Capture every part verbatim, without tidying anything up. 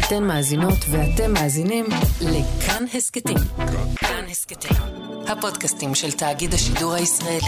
אתן מאזינות ואתם מאזינים לכאן הסקטים. כאן הסקטים, הפודקאסטים של תאגיד השידור הישראלי.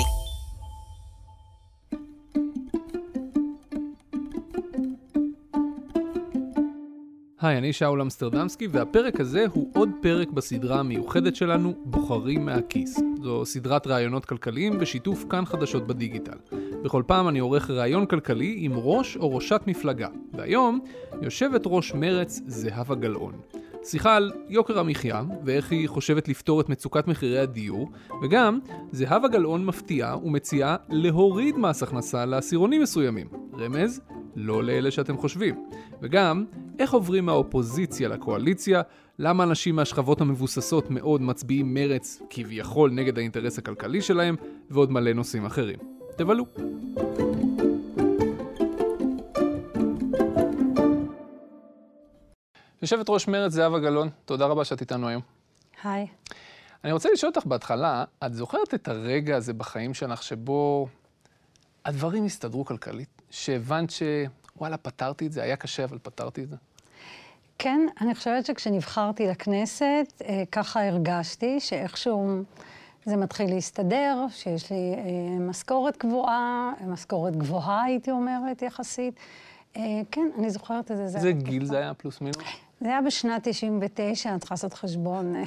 היי, אני שאול אמסטרדמסקי, והפרק הזה הוא עוד פרק בסדרה המיוחדת שלנו, בוחרים מהכיס. זו סדרת רעיונות כלכליים ושיתוף כאן חדשות בדיגיטל. בכל פעם אני עורך רעיון כלכלי עם ראש או ראשת מפלגה. והיום יושבת ראש מרץ זהבה גלאון. שיחה על יוקר המחיה ואיך היא חושבת לפתור את מצוקת מחירי הדיור, וגם זהבה גלאון מפתיעה ומציעה להוריד מס הכנסה לעשירונים מסוימים. רמז, לא לאלה שאתם חושבים. וגם, איך עוברים מהאופוזיציה לקואליציה, למה אנשים מהשכבות המבוססות מאוד מצביעים מרץ כביכול נגד האינטרס הכלכלי שלהם, ועוד מלא נושאים אחרים. תבלו. יושבת ראש מרץ זהבה גלאון, תודה רבה שאת איתנו היום. היי. אני רוצה לשאול אותך בהתחלה, את זוכרת את הרגע הזה בחיים שלך שבו הדברים הסתדרו כלכלית? שהבנת שוואלה, פתרתי את זה, היה קשה אבל פתרתי את זה? כן, אני חושבת שכשנבחרתי לכנסת, ככה הרגשתי שאיכשהו זה מתחיל להסתדר, שיש לי משכורת קבועה, משכורת גבוהה הייתי אומרת יחסית. כן, אני זוכרת את זה. איזה גיל זה היה פלוס מינוס? זה היה בשנת תשעים ותשע, אני צריכה לעשות חשבון.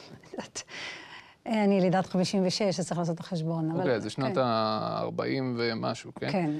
אני ילידת חמישים ושש, אז צריך לעשות את החשבון. אוקיי, זה שנות ה-ארבעים ומשהו, כן? כן.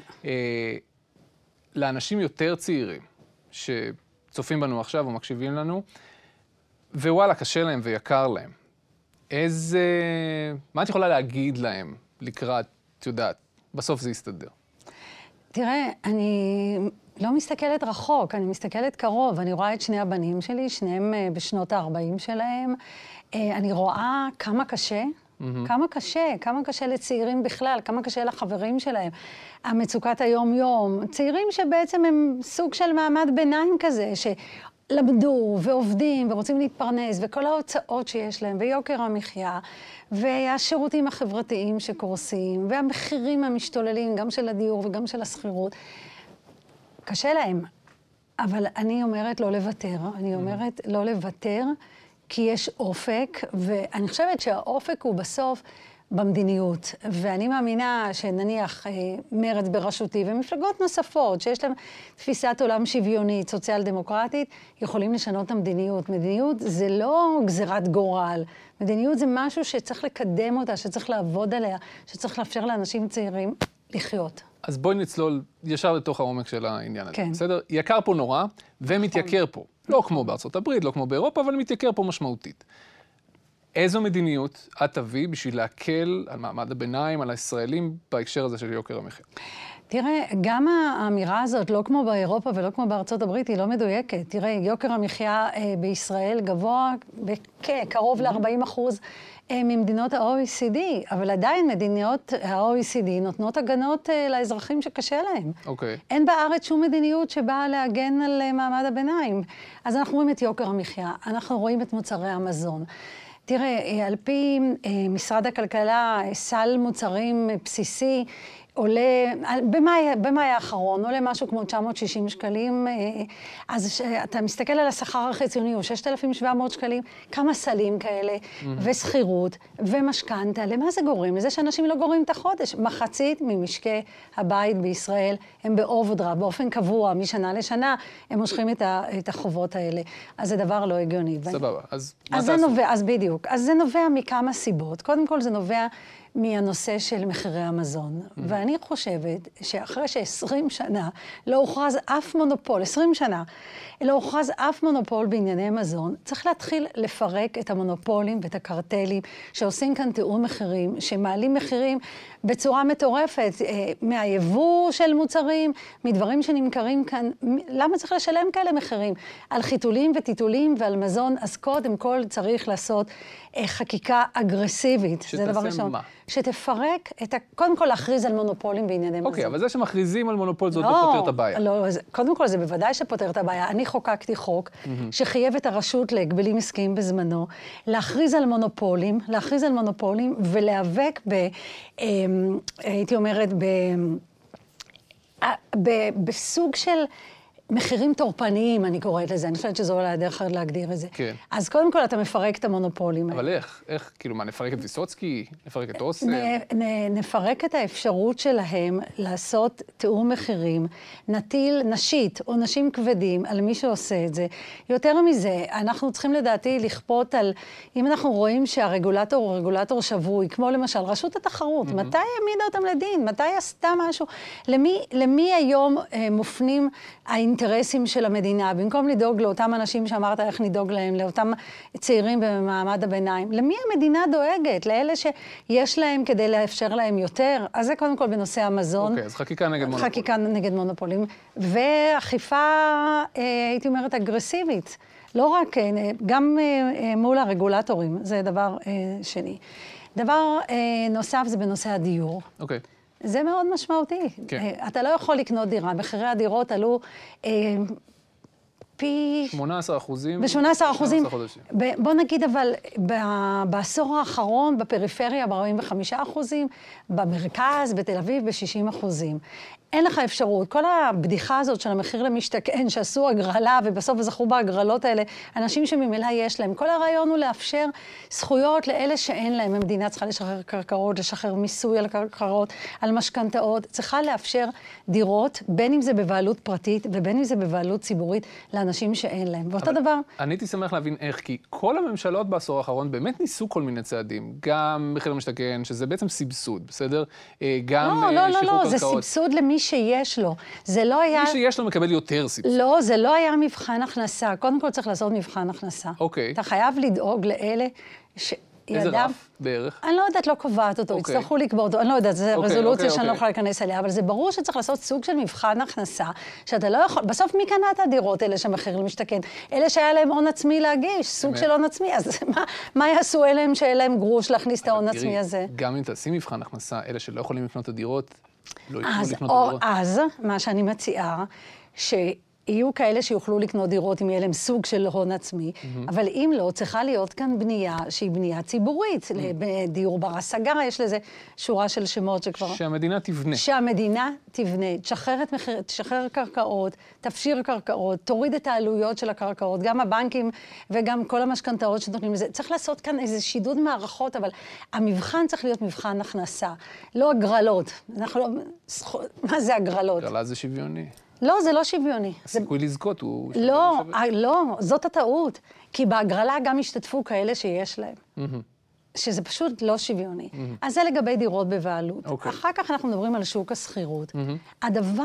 לאנשים יותר צעירים שצופים בנו עכשיו או מקשיבים לנו, ווואלה, קשה להם ויקר להם. איזה... מה את יכולה להגיד להם לקראת, את יודעת, בסוף זה יסתדר? תראה, אני לא מסתכלת רחוק, אני מסתכלת קרוב. אני רואה את שני הבנים שלי, שניהם בשנות ה-ארבעים שלהם. אני רואה כמה קשה, mm-hmm. כמה קשה, כמה קשה לצעירים בכלל, כמה קשה לחברים שלהם. המצוקת היום-יום, צעירים שבעצם הם סוג של מעמד ביניים כזה, שלמדו ועובדים ורוצים להתפרנס, וכל ההוצאות שיש להם, ויוקר המחיה, והשירותים החברתיים שקורסים, והמחירים המשתוללים, גם של הדיור וגם של הסחירות. קשה להם, אבל אני אומרת לא לוותר, אני אומרת לא לוותר, כי יש אופק, ואני חושבת שהאופק הוא בסוף במדיניות. ואני מאמינה שנניח מרץ בראשותי ומפלגות נוספות, שיש להם תפיסת עולם שוויונית, סוציאל דמוקרטית, יכולים לשנות את המדיניות. מדיניות זה לא גזירת גורל. מדיניות זה משהו שצריך לקדם אותה, שצריך לעבוד עליה, שצריך לאפשר לאנשים צעירים לחיות. אז בואי נצלול ישר לתוך העומק של העניין הזה. כן. בסדר? יקר פה נורא, ומתייקר פה. לא כמו בארצות הברית, לא כמו באירופה, אבל מתייקר פה משמעותית. איזו מדיניות את תביא בשביל להקל על מעמד הביניים, על הישראלים, בהקשר הזה של יוקר המחיה? תראה, גם האמירה הזאת, לא כמו באירופה ולא כמו בארצות הברית, היא לא מדויקת. תראה, יוקר המחיה אה, בישראל גבוה בקרוב ל-ארבעים אחוז אה, ממדינות ה-או אי סי די, אבל עדיין מדינות ה-או אי סי די נותנות הגנות אה, לאזרחים שקשה להם. אוקיי. אין בארץ שום מדיניות שבאה להגן על אה, מעמד הביניים. אז אנחנו רואים את יוקר המחיה, אנחנו רואים את מוצרי המזון. תראה, על פי אה, משרד הכלכלה, סל מוצרים בסיסי, עולה, במאי, במאי האחרון, עולה משהו כמו תשע מאות ושישים שקלים, אז אתה מסתכל על השכר החציוני, הוא שישת אלפים שבע מאות שקלים, כמה סלים כאלה, mm-hmm. וסחירות, ומשכנתה, למה זה גורם? לזה שאנשים לא גורמים את החודש. מחצית ממשקי הבית בישראל הם באוברדרפט, באופן קבוע, משנה לשנה, הם מושכים את, ה, את החובות האלה. אז זה דבר לא הגיוני. סבבה, אז מה אז תעשו? נובע, אז בדיוק, אז זה נובע מכמה סיבות. קודם כל זה נובע מהנושא של מחירי המזון. Mm-hmm. ואני חושבת שאחרי ש-עשרים שנה לא הוכרז אף מונופול, עשרים שנה, לא הוכרז אף מונופול בענייני מזון, צריך להתחיל לפרק את המונופולים ואת הקרטלים שעושים כאן תיאום מחירים, שמעלים מחירים בצורה מטורפת, מהיבוא של מוצרים, מדברים שנמכרים כאן. למה צריך לשלם כאלה מחירים? על חיתולים וטיטולים ועל מזון, אז קודם כל צריך לעשות חקיקה אגרסיבית. שתעשה מה? שתפרק את ה... קודם כל להכריז על מונופולים בענייני מזון. אוקיי, אבל זה שמכריזים על מונופול זאת לא פותר את הבעיה. לא, קודם כל זה בוודאי שפותר את הבעיה. אני חוקקתי חוק שחייב את הרשות להגבלים עסקיים בזמנו, להכריז על מונופולים, להכריז על מונופולים ולהיאבק ב... הייתי אומרת, ב... בסוג של מחירים תורפניים, אני קוראת לזה, אני חושבת שזו אולי הדרך להגדיר את זה. כן. אז קודם כל אתה מפרק את המונופולים האלה. אבל איך? איך? כאילו, מה, נפרק את ויסוצקי? נפרק את אוסם? נפרק את האפשרות שלהם לעשות תיאום מחירים, נטיל נשית או נשים כבדים על מי שעושה את זה. יותר מזה, אנחנו צריכים לדעתי לכפות על, אם אנחנו רואים שהרגולטור הוא רגולטור שבוי, כמו למשל רשות התחרות, mm-hmm. מתי העמידה אותם לדין? מתי עשתה משהו? למי, למי היום אה, מופנים האינטרסים של המדינה? במקום לדאוג לאותם אנשים שאמרת איך נדאוג להם, לאותם צעירים במעמד הביניים, למי המדינה דואגת? לאלה שיש להם כדי לאפשר להם יותר? אז זה קודם כל בנושא המזון. אוקיי, אז חקיקה נגד מונופולים. חקיקה נגד מונופולים. ואכיפה, אה, הייתי אומרת, אגרסיבית. לא רק, אה, גם אה, מול הרגולטורים, זה דבר אה, שני. דבר אה, נוסף זה בנושא הדיור. אוקיי. זה מאוד משמעותי. כן. אה, אתה לא יכול לקנות דירה. מחירי הדירות עלו אה, פי... שמונה עשרה אחוזים. ב-שמונה עשרה אחוזים. חודשים. בוא נגיד, אבל ב- בעשור האחרון, בפריפריה, ב-ארבעים וחמישה אחוזים, במרכז, בתל אביב, ב-שישים אחוזים. אין לך אפשרות. כל הבדיחה הזאת של המחיר למשתכן, שעשו הגרלה, ובסוף זכו בהגרלות האלה, אנשים שממילא יש להם. כל הרעיון הוא לאפשר זכויות לאלה שאין להם. המדינה צריכה לשחרר קרקעות, לשחרר מיסוי על קרקעות, על משכנתאות. צריכה לאפשר דירות, בין אם זה בבעלות פרטית, ובין אם זה בבעלות ציבורית, לאנשים שאין להם. ואותו דבר... אני הייתי שמח להבין איך, כי כל הממשלות בעשור האחרון באמת ניסו כל מיני צעדים. גם מחיר למשתכן, שזה בעצם סבסוד, בסדר? גם לא, לא, לא, שחרור לא, זה קרקעות. סבסוד למי שיש לו. זה לא היה... מי שיש לו מקבל יותר סבסוד. לא, זה לא היה מבחן הכנסה. קודם כל צריך לעשות מבחן הכנסה. אוקיי. אתה חייב לדאוג לאלה ש... איזה ידם... רף בערך? אני לא יודעת, לא קובעת אותו, אוקיי. יצטרכו לקבוע אותו, אני לא יודעת, זו אוקיי, רזולוציה אוקיי, שאני לא אוקיי. יכולה להיכנס אליה, אבל זה ברור שצריך לעשות סוג של מבחן הכנסה, שאתה לא יכול, בסוף מי קנה את הדירות האלה שהמחיר למשתכן? אלה שהיה להם הון עצמי להגיש, סוג אמת. של הון עצמי, אז מה, מה יעשו אלה שאין להם גרוש להכניס את ההון תראי, עצמי הזה? גם אם תעשי מבחן הכנסה, אלה שלא יכולים לקנות את הדירות, לא יוכלו אז, לקנות את או, הדירות. אז, מה שאני מציעה, שיהיו כאלה שיוכלו לקנות דירות אם יהיה להם סוג של הון עצמי, mm-hmm. אבל אם לא, צריכה להיות כאן בנייה שהיא בנייה ציבורית, mm-hmm. לדיור בר השגה, יש לזה שורה של שמות שכבר... שהמדינה תבנה. שהמדינה תבנה, תשחרר, את מחיר, תשחרר קרקעות, תפשיר קרקעות, תוריד את העלויות של הקרקעות, גם הבנקים וגם כל המשכנתאות שנותנים לזה. צריך לעשות כאן איזה שידוד מערכות, אבל המבחן צריך להיות מבחן הכנסה, לא הגרלות. אנחנו לא... מה זה הגרלות? הגרלה זה שוויוני. לא, זה לא שוויוני. הסיכוי לזכות הוא... לא, לא, זאת הטעות. כי בהגרלה גם השתתפו כאלה שיש להם. שזה פשוט לא שוויוני. אז זה לגבי דירות בבעלות. אחר כך אנחנו מדברים על שוק השכירות. הדבר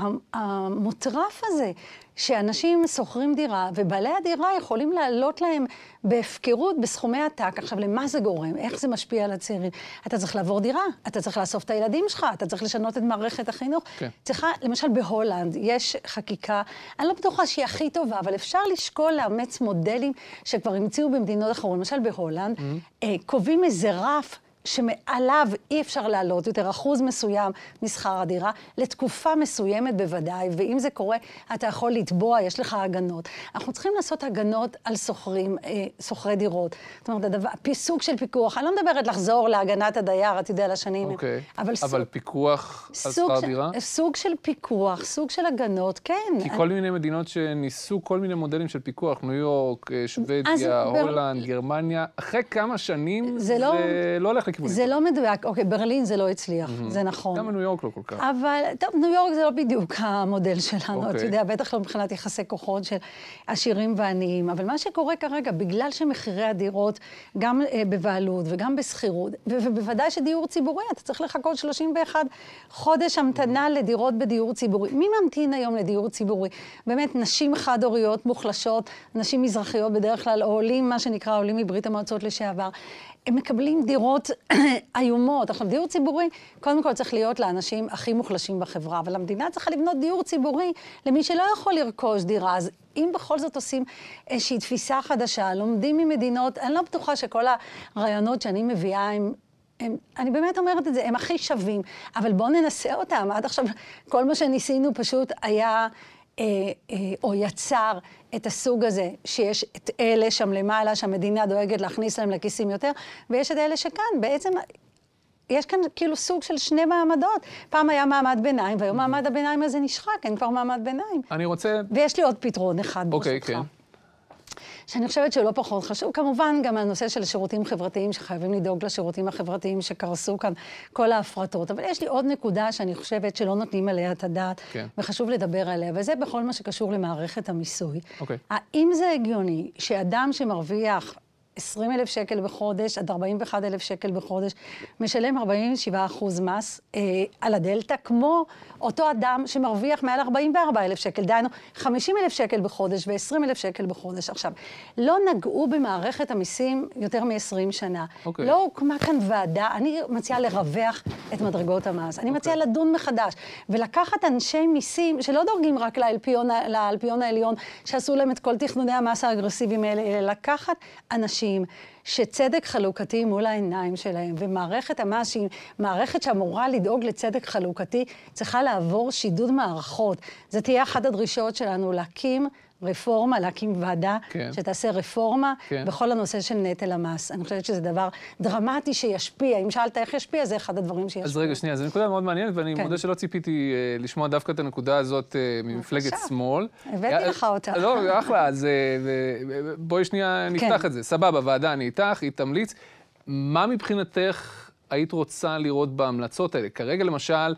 המוטרף הזה, שאנשים שוכרים דירה, ובעלי הדירה יכולים לעלות להם בהפקרות בסכומי עתק. עכשיו, למה זה גורם? איך זה משפיע על הצעירים? אתה צריך לעבור דירה, אתה צריך לאסוף את הילדים שלך, אתה צריך לשנות את מערכת החינוך. כן. צריכה, למשל בהולנד, יש חקיקה, אני לא בטוחה שהיא הכי טובה, אבל אפשר לשקול לאמץ מודלים שכבר המציאו במדינות אחרות. למשל בהולנד, mm-hmm. אה, קובעים איזה רף, שמעליו אי אפשר לעלות יותר אחוז מסוים משכר הדירה, לתקופה מסוימת בוודאי, ואם זה קורה, אתה יכול לתבוע, יש לך הגנות. אנחנו צריכים לעשות הגנות על סוחרים, אה, סוחרי דירות. זאת אומרת, הדבר, סוג של פיקוח, אני לא מדברת לחזור להגנת הדייר, אתה יודע, לשנים. אוקיי, אבל, אבל סוג, פיקוח על סוג שכר של, דירה? סוג של פיקוח, סוג של הגנות, כן. כי אני... כל מיני מדינות שניסו כל מיני מודלים של פיקוח, ניו יורק, שוודיה, הולנד, בר... גרמניה, אחרי כמה שנים זה, זה לא, לא הולך לכיוון. זה לא מדויק, אוקיי, ברלין זה לא הצליח, mm-hmm. זה נכון. גם בניו יורק לא כל כך. אבל, טוב, ניו יורק זה לא בדיוק המודל שלנו, אוקיי. אתה יודע, בטח לא מבחינת יחסי כוחות של עשירים ועניים, אבל מה שקורה כרגע, בגלל שמחירי הדירות, גם אה, בבעלות וגם בסחירות, ו- ובוודאי שדיור ציבורי, אתה צריך לחכות שלושים ואחד חודש המתנה mm-hmm. לדירות בדיור ציבורי. מי ממתין היום לדיור ציבורי? באמת, נשים חד-הוריות מוחלשות, נשים מזרחיות בדרך כלל, או עולים, מה שנקרא, עולים מברית המועצות לשעבר, הם מקבלים דירות איומות. עכשיו, דיור ציבורי, קודם כל צריך להיות לאנשים הכי מוחלשים בחברה, אבל המדינה צריכה לבנות דיור ציבורי למי שלא יכול לרכוש דירה. אז אם בכל זאת עושים איזושהי תפיסה חדשה, לומדים ממדינות, אני לא בטוחה שכל הרעיונות שאני מביאה הם... הם, אני באמת אומרת את זה, הם הכי שווים, אבל בואו ננסה אותם. עד עכשיו, כל מה שניסינו פשוט היה... אה, אה, או יצר את הסוג הזה, שיש את אלה שם למעלה, שהמדינה דואגת להכניס להם לכיסים יותר, ויש את אלה שכאן, בעצם יש כאן כאילו סוג של שני מעמדות. פעם היה מעמד ביניים, והיום מעמד הביניים הזה נשחק, אין כבר מעמד ביניים. אני רוצה... ויש לי עוד פתרון אחד ברשותך. אוקיי, כן. שאני חושבת שהוא לא פחות חשוב. כמובן, גם הנושא של שירותים חברתיים, שחייבים לדאוג לשירותים החברתיים שקרסו כאן, כל ההפרטות. אבל יש לי עוד נקודה שאני חושבת שלא נותנים עליה את הדעת, כן. וחשוב לדבר עליה, וזה בכל מה שקשור למערכת המיסוי. אוקיי. האם זה הגיוני שאדם שמרוויח עשרים אלף שקל בחודש, עד ארבעים ואחד אלף שקל בחודש, משלם ארבעים ושבעה אחוז מס אה, על הדלטה, כמו אותו אדם שמרוויח מעל ארבעים וארבעה אלף שקל, דהיינו חמישים אלף שקל בחודש ו-עשרים אלף שקל בחודש. עכשיו, לא נגעו במערכת המיסים יותר מ-עשרים שנה. Okay. לא הוקמה כאן ועדה, אני מציעה לרווח את מדרגות המס. אני okay. מציעה לדון מחדש, ולקחת אנשי מיסים שלא דורגים רק לאלפיון, לאלפיון העליון, שעשו להם את כל תכנוני המס האגרסיביים האלה, אלא לקחת אנשים שצדק חלוקתי מול העיניים שלהם, ומערכת המס, שהיא מערכת שאמורה לדאוג לצדק חלוקתי, צריכה לעבור שידוד מערכות. זה תהיה אחת הדרישות שלנו, להקים רפורמה, להקים ועדה, כן. שתעשה רפורמה, כן. בכל הנושא של נטל המס. אני חושבת שזה דבר דרמטי שישפיע. אם שאלת איך ישפיע, זה אחד הדברים שישפיע. אז רגע, שנייה, זו נקודה מאוד מעניינת, ואני כן. מודה שלא ציפיתי uh, לשמוע דווקא את הנקודה הזאת uh, ממפלגת שמאל. הבאתי לך אותה. לא, אחלה, אז uh, בואי שנייה נפתח כן. את זה. סבבה, ועדה, אני איתך, היא תמליץ. מה מבחינתך היית רוצה לראות בהמלצות האלה? כרגע למשל,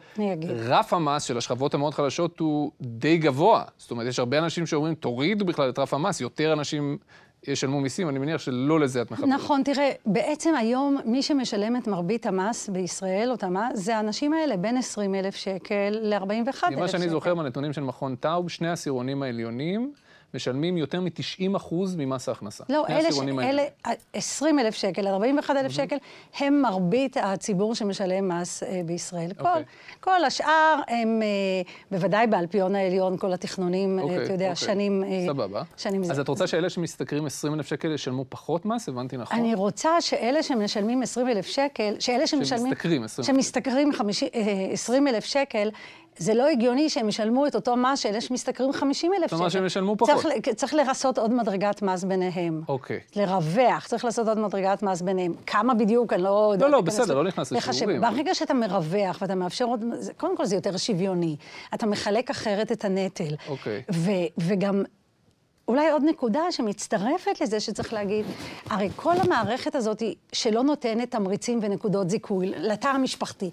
רף המס של השכבות המאוד חלשות הוא די גבוה. זאת אומרת, יש הרבה אנשים שאומרים, תורידו בכלל את רף המס, יותר אנשים ישלמו מיסים, אני מניח שלא לזה את מכוונת. נכון, תראה, בעצם היום מי שמשלם את מרבית המס בישראל, אותה, זה האנשים האלה בין עשרים אלף שקל ל-ארבעים ואחד אלף שקל. ממה שאני זוכר מהנתונים של מכון טאוב, שני העשירונים העליונים, משלמים יותר מ-תשעים אחוז ממס ההכנסה. לא, אלה, ש... אלה עשרים אלף שקל, ארבעים ואחד אלף שקל, הם מרבית הציבור שמשלם מס אה, בישראל. Okay. כל, כל השאר הם, אה, בוודאי באלפיון העליון, כל התכנונים, okay, אה, אתה יודע, okay. שנים... אה, סבבה. שנים אז זה. את רוצה שאלה שמשתכרים עשרים אלף שקל ישלמו פחות מס? הבנתי נכון? אני רוצה שאלה שמשלמים עשרים אלף שקל, שאלה שמשלמים... שמשתכרים שמשתכרים עשרים אלף שקל, זה לא הגיוני שהם ישלמו את אותו מס שאלה שמשתכרים חמישים אלף שקל. זאת אומרת שהם ישלמו פחות. צריך, צריך לרסות עוד מדרגת מס ביניהם. אוקיי. לרווח, צריך לעשות עוד מדרגת מס ביניהם. כמה בדיוק, אני לא... לא, לא, בסדר, לא נכנס לשיעורים. ברגע שאתה מרווח ואתה מאפשר עוד... קודם כל זה יותר שוויוני. אתה מחלק אחרת את הנטל. אוקיי. ו, וגם... אולי עוד נקודה שמצטרפת לזה שצריך להגיד, הרי כל המערכת הזאת שלא נותנת תמריצים ונקודות זיכוי לתא המשפחתי,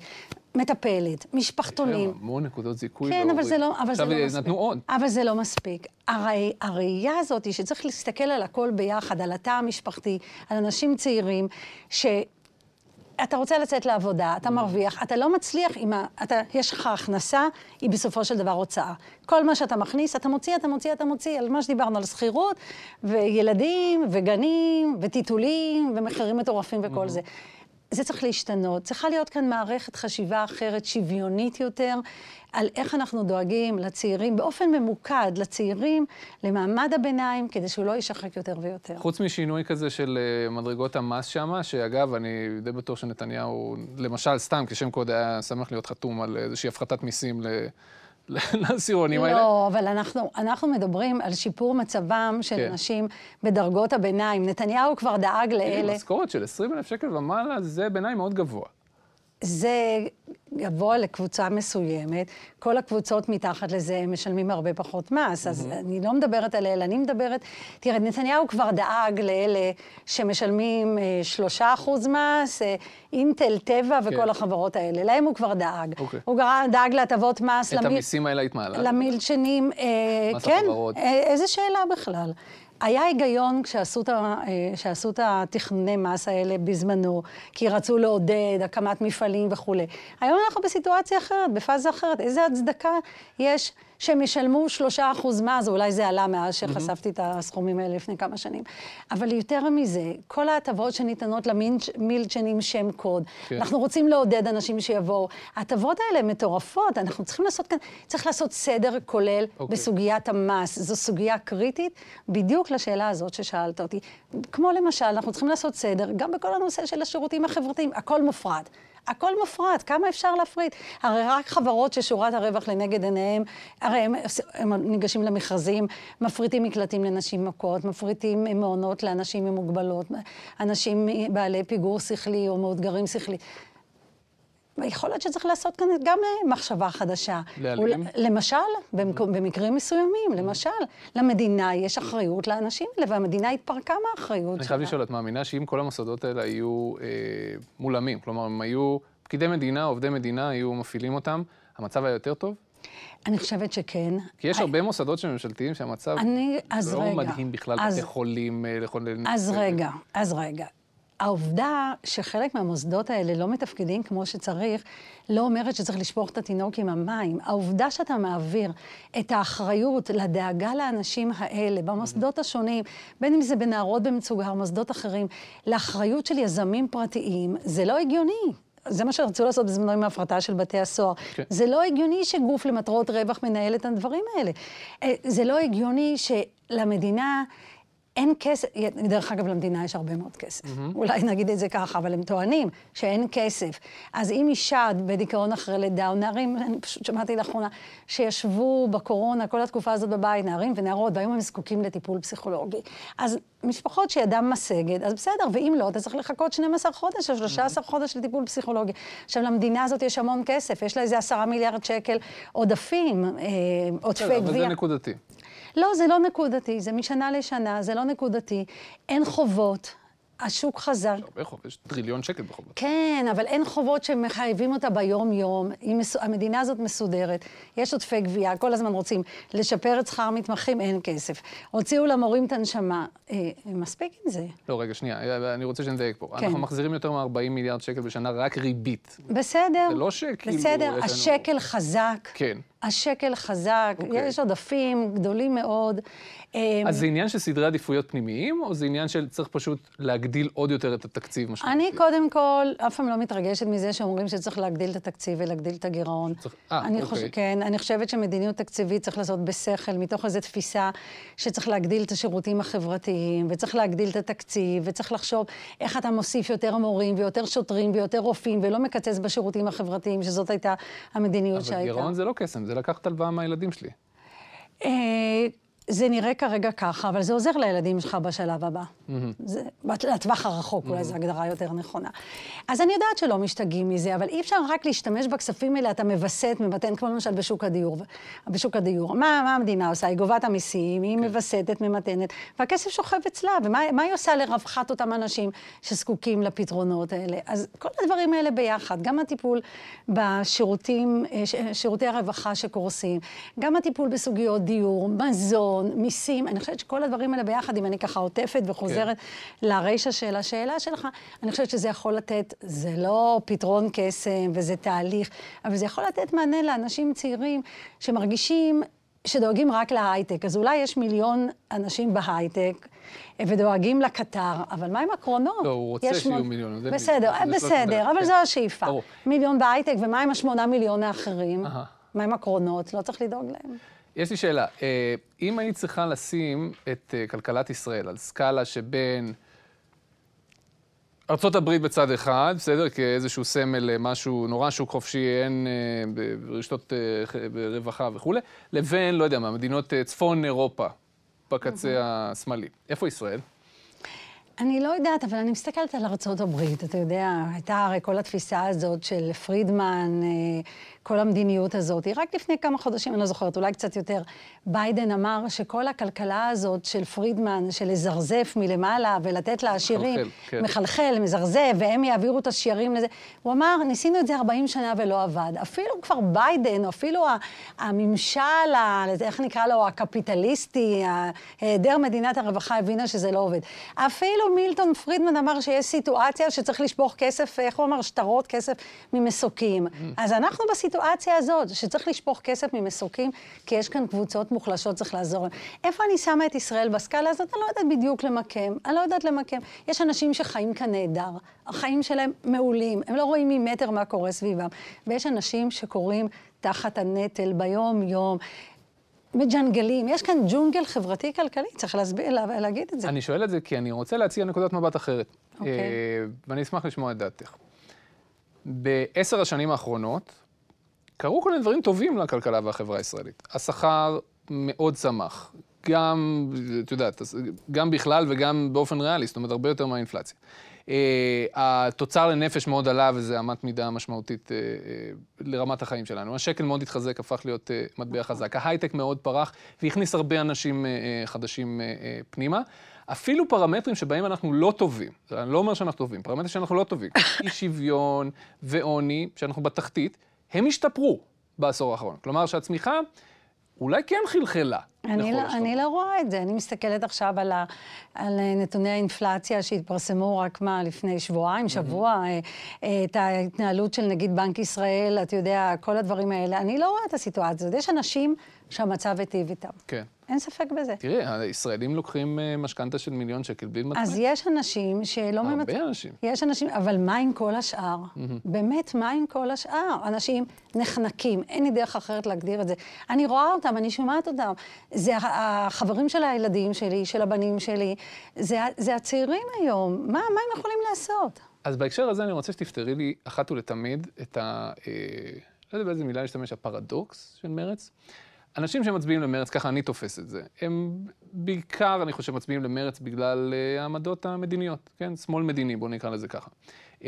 מטפלת, משפחתונים. המון נקודות זיכוי. כן, אבל זה לא, אבל זה לא מספיק. עכשיו נתנו עוד. אבל זה לא מספיק. הרי הראייה הזאת שצריך להסתכל על הכל ביחד, על התא המשפחתי, על אנשים צעירים, ש... אתה רוצה לצאת לעבודה, אתה מרוויח, אתה לא מצליח, ה... אתה... יש לך הכנסה, היא בסופו של דבר הוצאה. כל מה שאתה מכניס, אתה מוציא, אתה מוציא, אתה מוציא, על מה שדיברנו, על שכירות, וילדים, וגנים, וטיטולים, ומחירים מטורפים וכל זה. זה צריך להשתנות. צריכה להיות כאן מערכת חשיבה אחרת, שוויונית יותר, על איך אנחנו דואגים לצעירים, באופן ממוקד לצעירים, למעמד הביניים, כדי שהוא לא יישחק יותר ויותר. חוץ משינוי כזה של מדרגות המס שמה, שאגב, אני די בטוח שנתניהו, למשל, סתם, כשם קוד היה שמח להיות חתום על איזושהי הפחתת מיסים ל... לעשירונים האלה? לא, אבל אנחנו, אנחנו מדברים על שיפור מצבם של כן. אנשים בדרגות הביניים. נתניהו כבר דאג לאלה... משכורת של עשרים אלף שקל ומעלה, זה ביניים מאוד גבוה. זה גבוה לקבוצה מסוימת. כל הקבוצות מתחת לזה משלמים הרבה פחות מס, אז אני לא מדברת על אלה, אני מדברת... תראה, נתניהו כבר דאג לאלה שמשלמים שלושה אחוז מס, אינטל, טבע וכל החברות האלה. להם הוא כבר דאג. הוא דאג להטבות מס... את המיסים האלה התמעלה. למילצ'נים, כן, איזה שאלה בכלל. היה היגיון כשעשו את התכנוני מס האלה בזמנו, כי רצו לעודד הקמת מפעלים וכו'. היום אנחנו בסיטואציה אחרת, בפאזה אחרת. איזה הצדקה יש שהם ישלמו שלושה אחוז מס, אולי זה עלה מאז שחשפתי את הסכומים האלה לפני כמה שנים. אבל יותר מזה, כל ההטבות שניתנות למילצ'נים שם קוד, אנחנו רוצים לעודד אנשים שיבואו. ההטבות האלה הן מטורפות, אנחנו צריכים לעשות כאן, צריך לעשות סדר כולל בסוגיית המס. זו סוגיה קריטית, בדיוק לשאלה הזאת ששאלת אותי. כמו למשל, אנחנו צריכים לעשות סדר, גם בכל הנושא של השירותים החברתיים, הכל מופרד. הכל מופרד, כמה אפשר להפריד? הרי רק חברות ששורת הרווח לנגד עיניהם, הרי הם, הם ניגשים למכרזים, מפריטים מקלטים לנשים מכות, מפריטים מעונות לאנשים עם מוגבלות, אנשים בעלי פיגור שכלי או מאותגרים שכלי. ויכול להיות שצריך לעשות כאן גם מחשבה חדשה. להעלים? למשל, במקרים מסוימים, למשל, למדינה יש אחריות לאנשים האלה, והמדינה התפרקה מהאחריות שלה. אני חייב לשאול, את מאמינה שאם כל המוסדות האלה היו אה, מולמים, כלומר, אם היו פקידי מדינה, עובדי מדינה, היו מפעילים אותם, המצב היה יותר טוב? אני חושבת שכן. כי יש הרבה מוסדות שממשלתיים שהמצב לא מדהים בכלל, בתי חולים, לחולים... אז רגע, אז רגע. העובדה שחלק מהמוסדות האלה לא מתפקדים כמו שצריך, לא אומרת שצריך לשפוך את התינוק עם המים. העובדה שאתה מעביר את האחריות לדאגה לאנשים האלה, במוסדות השונים, בין אם זה בנערות במצוגה או מוסדות אחרים, לאחריות של יזמים פרטיים, זה לא הגיוני. זה מה שרצו לעשות בזמנו עם ההפרטה של בתי הסוהר. כן. זה לא הגיוני שגוף למטרות רווח מנהל את הדברים האלה. זה לא הגיוני שלמדינה אין כסף, דרך אגב למדינה יש הרבה מאוד כסף. Mm-hmm. אולי נגיד את זה ככה, אבל הם טוענים שאין כסף. אז אם אישה בדיכאון אחרי לידה, או נערים, אני פשוט שמעתי לאחרונה, שישבו בקורונה כל התקופה הזאת בבית, נערים ונערות, והיום הם זקוקים לטיפול פסיכולוגי. אז משפחות שידם משגת, אז בסדר, ואם לא, אתה צריך לחכות שנים עשר חודש או שלושה עשר חודש לטיפול פסיכולוגי. עכשיו, למדינה הזאת יש המון כסף, יש לה איזה עשרה מיליארד שקל עודפים, עודפי גבייה. אבל זה נקודתי. לא, זה לא נקודתי, זה משנה לשנה, זה לא נקודתי. אין חובות, השוק חזק. יש הרבה חובות, יש טריליון שקל בחובות. כן, אבל אין חובות שמחייבים אותה ביום-יום. המדינה הזאת מסודרת, יש עודפי גבייה, כל הזמן רוצים לשפר את שכר מתמחים, אין כסף. הוציאו למורים את הנשמה, אה, מספיק עם זה. לא, רגע, שנייה, אני רוצה שנדייק פה. כן. אנחנו מחזירים יותר מ-ארבעים מיליארד שקל בשנה, רק ריבית. בסדר. זה לא שכאילו... בסדר, השקל חזק. כן. השקל חזק, okay. יש עודפים גדולים מאוד. אז זה עניין של סדרי עדיפויות פנימיים, או זה עניין של צריך פשוט להגדיל עוד יותר את התקציב משמעותי? אני קודם כל, אף פעם לא מתרגשת מזה שאומרים שצריך להגדיל את התקציב ולהגדיל את הגירעון. צריך... אה, אני אוקיי. חושב, כן, אני חושבת שמדיניות תקציבית צריך לעשות בשכל, מתוך איזו תפיסה שצריך להגדיל את השירותים החברתיים, וצריך להגדיל את התקציב, וצריך לחשוב איך אתה מוסיף יותר מורים ויותר שוטרים ויותר רופאים, ולא מקצץ בשירותים החברתיים, שזאת הייתה המדיניות שהייתה. אבל גירעון זה לא קסם, זה לקחת הלוואה מהילדים שלי. זה נראה כרגע ככה, אבל זה עוזר לילדים שלך בשלב הבא. Mm-hmm. זה, לטווח הרחוק, mm-hmm. אולי זו הגדרה יותר נכונה. אז אני יודעת שלא משתגעים מזה, אבל אי אפשר רק להשתמש בכספים האלה, אתה מבסט, ממתן, כמו למשל בשוק הדיור. בשוק הדיור. מה, מה המדינה עושה? היא גובת המיסים, היא okay. מבסטת, ממתנת, והכסף שוכב אצלה, ומה מה היא עושה לרווחת אותם אנשים שזקוקים לפתרונות האלה? אז כל הדברים האלה ביחד, גם הטיפול בשירותים, שירותי הרווחה שקורסים, גם הטיפול בסוגיות דיור, מזון, מיסים, אני חושבת שכל הדברים האלה ביחד, אם אני ככה עוטפת וחוזרת כן. לרישה של השאלה שלך, אני חושבת שזה יכול לתת, זה לא פתרון קסם וזה תהליך, אבל זה יכול לתת מענה לאנשים צעירים שמרגישים שדואגים רק להייטק. אז אולי יש מיליון אנשים בהייטק ודואגים לקטר, אבל מה עם הקרונות? לא, הוא רוצה שיהיו מיליון. בסדר, בסדר, אבל זו השאיפה. מיליון בהייטק, ומה עם השמונה מיליון האחרים? מה עם הקרונות? לא צריך לדאוג להם. יש לי שאלה, אם אני צריכה לשים את כלכלת ישראל על סקאלה שבין ארצות הברית בצד אחד, בסדר, כאיזשהו סמל, משהו נורא שוק חופשי, אין ברשתות ברווחה וכו', לבין, לא יודע מה, מדינות צפון אירופה, בקצה השמאלי. איפה ישראל? אני לא יודעת, אבל אני מסתכלת על ארצות הברית, אתה יודע, הייתה הרי כל התפיסה הזאת של פרידמן, כל המדיניות הזאת. רק לפני כמה חודשים, אני לא זוכרת, אולי קצת יותר, ביידן אמר שכל הכלכלה הזאת של פרידמן, של לזרזף מלמעלה ולתת לעשירים, מחלחל, כן. מחלחל, מזרזף, והם יעבירו את השיירים לזה. הוא אמר, ניסינו את זה ארבעים שנה ולא עבד. אפילו כבר ביידן, או אפילו הממשל, איך נקרא לו, הקפיטליסטי, היעדר מדינת הרווחה הבינה שזה לא עובד. אפילו מילטון פרידמן אמר שיש סיטואציה שצריך לשפוך כסף, איך הוא אמר, שטרות כסף ממסוקים. אז אנחנו בסיטואציה הזאת, שצריך לשפוך כסף ממסוקים, כי יש כאן קבוצות מוחלשות, צריך לעזור להם. איפה אני שמה את ישראל בסקאלה הזאת? אני לא יודעת בדיוק למקם, אני לא יודעת למקם. יש אנשים שחיים כאן נהדר, החיים שלהם מעולים, הם לא רואים ממטר מה קורה סביבם. ויש אנשים שקוראים תחת הנטל ביום-יום, מג'נגלים. יש כאן ג'ונגל חברתי-כלכלי, צריך להסביר, לה, להגיד את זה. אני שואל את זה כי אני רוצה להציע נקודת מבט אחרת. אוקיי. אה, ואני אשמח לשמוע את דעתך. בעשר השנים האחרונות, קרו כל מיני דברים טובים לכלכלה והחברה הישראלית. השכר מאוד צמח, גם, את יודעת, גם בכלל וגם באופן ריאלי, זאת אומרת, הרבה יותר מהאינפלציה. התוצר לנפש מאוד עלה, וזה אמת מידה משמעותית לרמת החיים שלנו. השקל מאוד התחזק, הפך להיות מטבע חזק. ההייטק מאוד פרח, והכניס הרבה אנשים חדשים פנימה. אפילו פרמטרים שבהם אנחנו לא טובים, אני לא אומר שאנחנו טובים, פרמטרים שאנחנו לא טובים, אי שוויון ועוני, שאנחנו בתחתית, הם השתפרו בעשור האחרון. כלומר שהצמיחה אולי כן חלחלה. אני לא, אני לא רואה את זה. אני מסתכלת עכשיו על, ה, על נתוני האינפלציה שהתפרסמו רק מה, לפני שבועיים, שבוע, mm-hmm. את ההתנהלות של נגיד בנק ישראל, אתה יודע, כל הדברים האלה. אני לא רואה את הסיטואציה. יש אנשים שהמצב היטיב איתם. כן. אין ספק בזה. תראי, הישראלים לוקחים משכנתה של מיליון שקל בלי מתמק. אז יש אנשים שלא... הרבה ממת... אנשים. יש אנשים, אבל מה עם כל השאר? Mm-hmm. באמת, מה עם כל השאר? אנשים נחנקים, אין לי דרך אחרת להגדיר את זה. אני רואה אותם, אני שומעת אותם. זה החברים של הילדים שלי, של הבנים שלי, זה, זה הצעירים היום. מה, מה הם יכולים לעשות? אז בהקשר הזה אני רוצה שתפתרי לי אחת ולתמיד את ה... אה, לא יודע באיזה מילה להשתמש, הפרדוקס של מרץ. אנשים שמצביעים למרץ, ככה אני תופס את זה, הם בעיקר, אני חושב, מצביעים למרץ בגלל uh, העמדות המדיניות, כן? שמאל מדיני, בואו נקרא לזה ככה. Uh,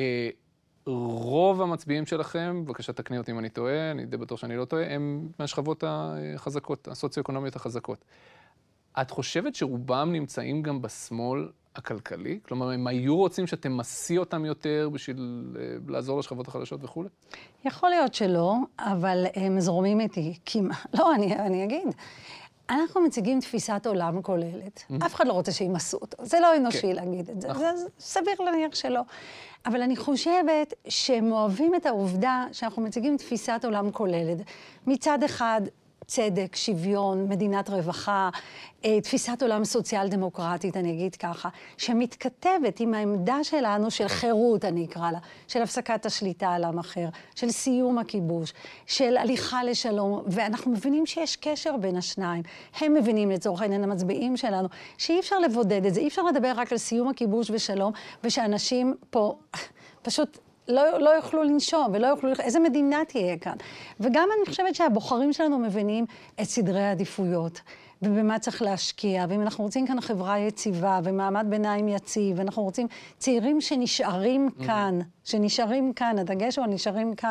רוב המצביעים שלכם, בבקשה תקני אותי אם אני טועה, אני די בטוח שאני לא טועה, הם מהשכבות החזקות, הסוציו-אקונומיות החזקות. את חושבת שרובם נמצאים גם בשמאל הכלכלי? כלומר, הם היו רוצים שתמסי אותם יותר בשביל uh, לעזור לשכבות החדשות וכו'? יכול להיות שלא, אבל הם זורמים איתי. כי מה? לא, אני, אני אגיד. אנחנו מציגים תפיסת עולם כוללת. Mm-hmm. אף אחד לא רוצה שימסו אותו. זה לא אנושי okay. להגיד את זה. נכון. זה סביר להניח שלא. אבל אני חושבת שהם אוהבים את העובדה שאנחנו מציגים תפיסת עולם כוללת. מצד אחד, צדק, שוויון, מדינת רווחה, תפיסת עולם סוציאל-דמוקרטית, אני אגיד ככה, שמתכתבת עם העמדה שלנו של חירות, אני אקרא לה, של הפסקת השליטה על עם אחר, של סיום הכיבוש, של הליכה לשלום, ואנחנו מבינים שיש קשר בין השניים. הם מבינים לצורך העניין המצביעים שלנו, שאי אפשר לבודד את זה, אי אפשר לדבר רק על סיום הכיבוש ושלום, ושאנשים פה פשוט... לא, לא יוכלו לנשום ולא יוכלו... איזה מדינה תהיה כאן? וגם אני חושבת שהבוחרים שלנו מבינים את סדרי העדיפויות, ובמה צריך להשקיע, ואם אנחנו רוצים כאן חברה יציבה, ומעמד ביניים יציב, ואנחנו רוצים צעירים שנשארים כאן, שנשארים כאן, הדגש הוא נשארים כאן,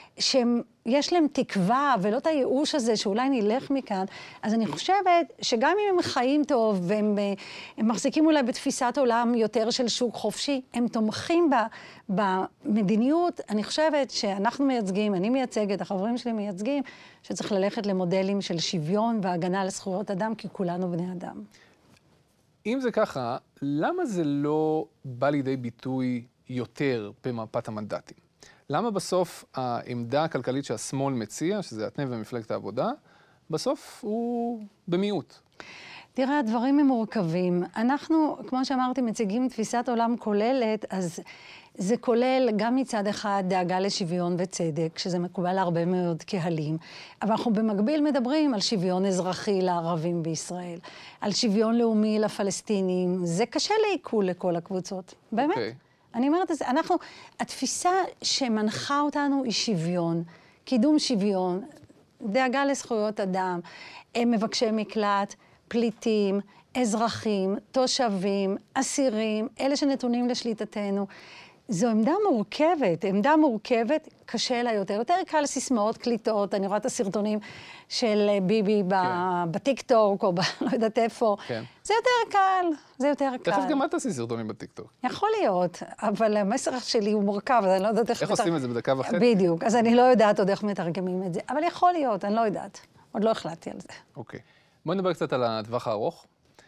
שיש להם תקווה, ולא את הייאוש הזה שאולי נלך מכאן, אז אני חושבת שגם אם הם חיים טוב, והם הם מחזיקים אולי בתפיסת עולם יותר של שוק חופשי, הם תומכים בה, במדיניות. אני חושבת שאנחנו מייצגים, אני מייצגת, החברים שלי מייצגים, שצריך ללכת למודלים של שוויון והגנה על זכויות אדם, כי כולנו בני אדם. אם זה ככה, למה זה לא בא לידי ביטוי יותר במפת המנדטים? למה בסוף העמדה הכלכלית שהשמאל מציע, שזה התנועה ומפלגת העבודה, בסוף הוא במיעוט? תראה, הדברים הם מורכבים. אנחנו, כמו שאמרתי, מציגים תפיסת עולם כוללת, אז זה כולל גם מצד אחד דאגה לשוויון וצדק, שזה מקובל להרבה מאוד קהלים, אבל אנחנו במקביל מדברים על שוויון אזרחי לערבים בישראל, על שוויון לאומי לפלסטינים. זה קשה לעיכול לכל הקבוצות, באמת. Okay. אני אומרת, אנחנו, התפיסה שמנחה אותנו היא שוויון, קידום שוויון, דאגה לזכויות אדם, מבקשי מקלט, פליטים, אזרחים, תושבים, אסירים, אלה שנתונים לשליטתנו. זו עמדה מורכבת, עמדה מורכבת, קשה לה יותר. יותר קל סיסמאות קליטות, אני רואה את הסרטונים של ביבי כן. בטיקטוק, או ב... לא יודעת איפה. כן. זה יותר קל, זה יותר קל. תכף גם את תעשי סרטונים בטיקטוק. יכול להיות, אבל המסר שלי הוא מורכב, אז אני לא יודעת איך... איך עושים את זה בדקה וחצי? בדיוק, אז אני לא יודעת עוד איך מתרגמים את זה, אבל יכול להיות, אני לא יודעת. עוד לא החלטתי על זה. אוקיי. בואי נדבר קצת על הטווח הארוך.